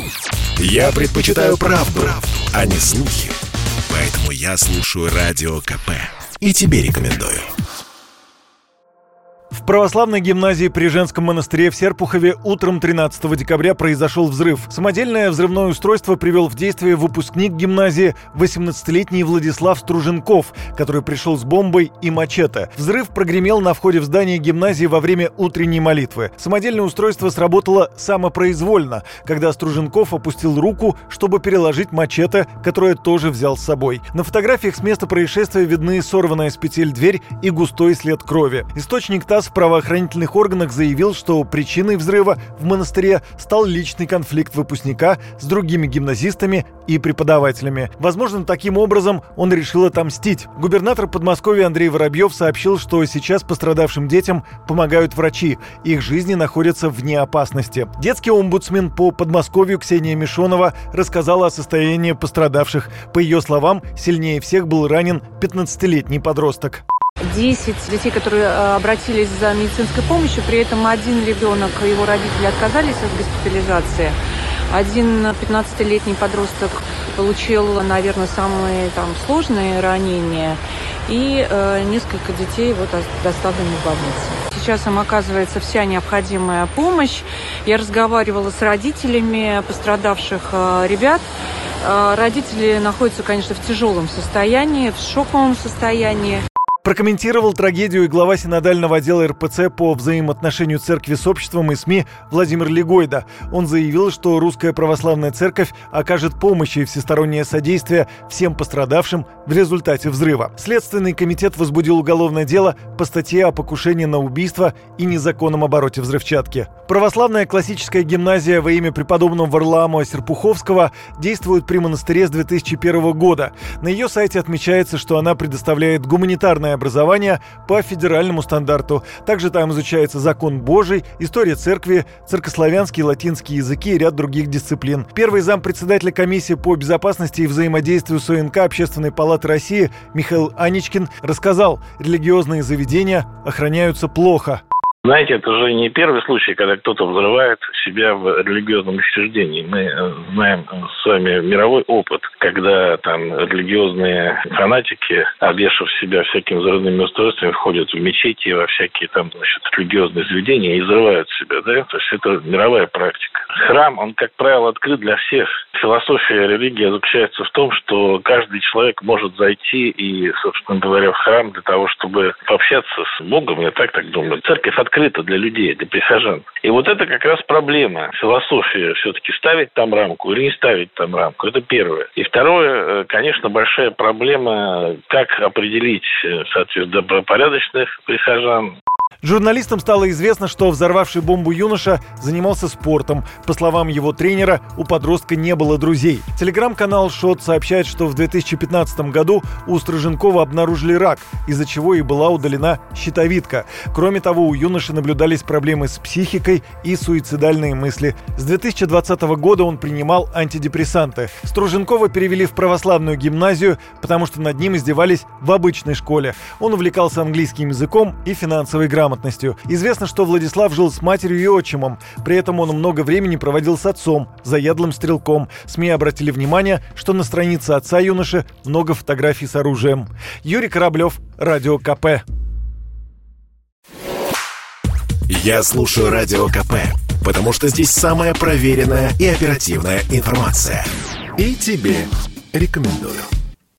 Я предпочитаю правду, а не слухи. Поэтому я слушаю Радио КП. И тебе рекомендую. В православной гимназии при Женском монастыре в Серпухове утром 13 декабря произошел взрыв. Самодельное взрывное устройство привел в действие выпускник гимназии 18-летний Владислав Струженков, который пришел с бомбой и мачете. Взрыв прогремел на входе в здание гимназии во время утренней молитвы. Самодельное устройство сработало самопроизвольно, когда Струженков опустил руку, чтобы переложить мачете, которое тоже взял с собой. На фотографиях с места происшествия видны сорванная с петель дверь и густой след крови. Источник ТАСС в правоохранительных органах заявил, что причиной взрыва в монастыре стал личный конфликт выпускника с другими гимназистами и преподавателями. Возможно, таким образом он решил отомстить. Губернатор Подмосковья Андрей Воробьев сообщил, что сейчас пострадавшим детям помогают врачи. Их жизни находятся вне опасности. Детский омбудсмен по Подмосковью Ксения Мишонова рассказала о состоянии пострадавших. По ее словам, сильнее всех был ранен 15-летний подросток. 10 детей, которые обратились за медицинской помощью, при этом один ребенок, его родители отказались от госпитализации. Один 15-летний подросток получил, наверное, самые сложные ранения, и несколько детей доставлены в больницу. Сейчас им оказывается вся необходимая помощь. Я разговаривала с родителями пострадавших ребят. Родители находятся, конечно, в тяжелом состоянии, в шоковом состоянии. Прокомментировал трагедию и глава синодального отдела РПЦ по взаимоотношению церкви с обществом и СМИ Владимир Легойда. Он заявил, что Русская Православная Церковь окажет помощь и всестороннее содействие всем пострадавшим в результате взрыва. Следственный комитет возбудил уголовное дело по статье о покушении на убийство и незаконном обороте взрывчатки. Православная классическая гимназия во имя преподобного Варлаама Серпуховского действует при монастыре с 2001 года. На ее сайте отмечается, что она предоставляет гуманитарное образование по федеральному стандарту. Также там изучается закон Божий, история церкви, церкославянский и латинский языки и ряд других дисциплин. Первый зампредседателя комиссии по безопасности и взаимодействию с ОНК Общественной палаты России Михаил Аничкин рассказал, религиозные заведения охраняются плохо. Знаете, это же не первый случай, когда кто-то взрывает себя в религиозном учреждении. Мы знаем с вами мировой опыт, когда религиозные фанатики, обвешав себя всякими взрывными устройствами, входят в мечети, во всякие религиозные заведения и взрывают себя, да? То есть это мировая практика. Храм, он, как правило, открыт для всех. Философия религии заключается в том, что каждый человек может зайти и, собственно говоря, в храм для того, чтобы пообщаться с Богом. Я так думаю. Церковь открыта для людей, для прихожан. И это как раз проблема. Философия все-таки ставить там рамку или не ставить там рамку. Это первое. И второе, конечно, большая проблема, как определить, соответственно, добропорядочных прихожан. Журналистам стало известно, что взорвавший бомбу юноша занимался спортом. По словам его тренера, у подростка не было друзей. Телеграм-канал «Шот» сообщает, что в 2015 году у Струженкова обнаружили рак, из-за чего и была удалена щитовидка. Кроме того, у юноши наблюдались проблемы с психикой и суицидальные мысли. С 2020 года он принимал антидепрессанты. Струженкова перевели в православную гимназию, потому что над ним издевались в обычной школе. Он увлекался английским языком и финансовой грамотностью. Известно, что Владислав жил с матерью и отчимом. При этом он много времени проводил с отцом, заядлым стрелком. СМИ обратили внимание, что на странице отца юноши много фотографий с оружием. Юрий Кораблев, Радио КП. Я слушаю Радио КП, потому что здесь самая проверенная и оперативная информация. И тебе рекомендую.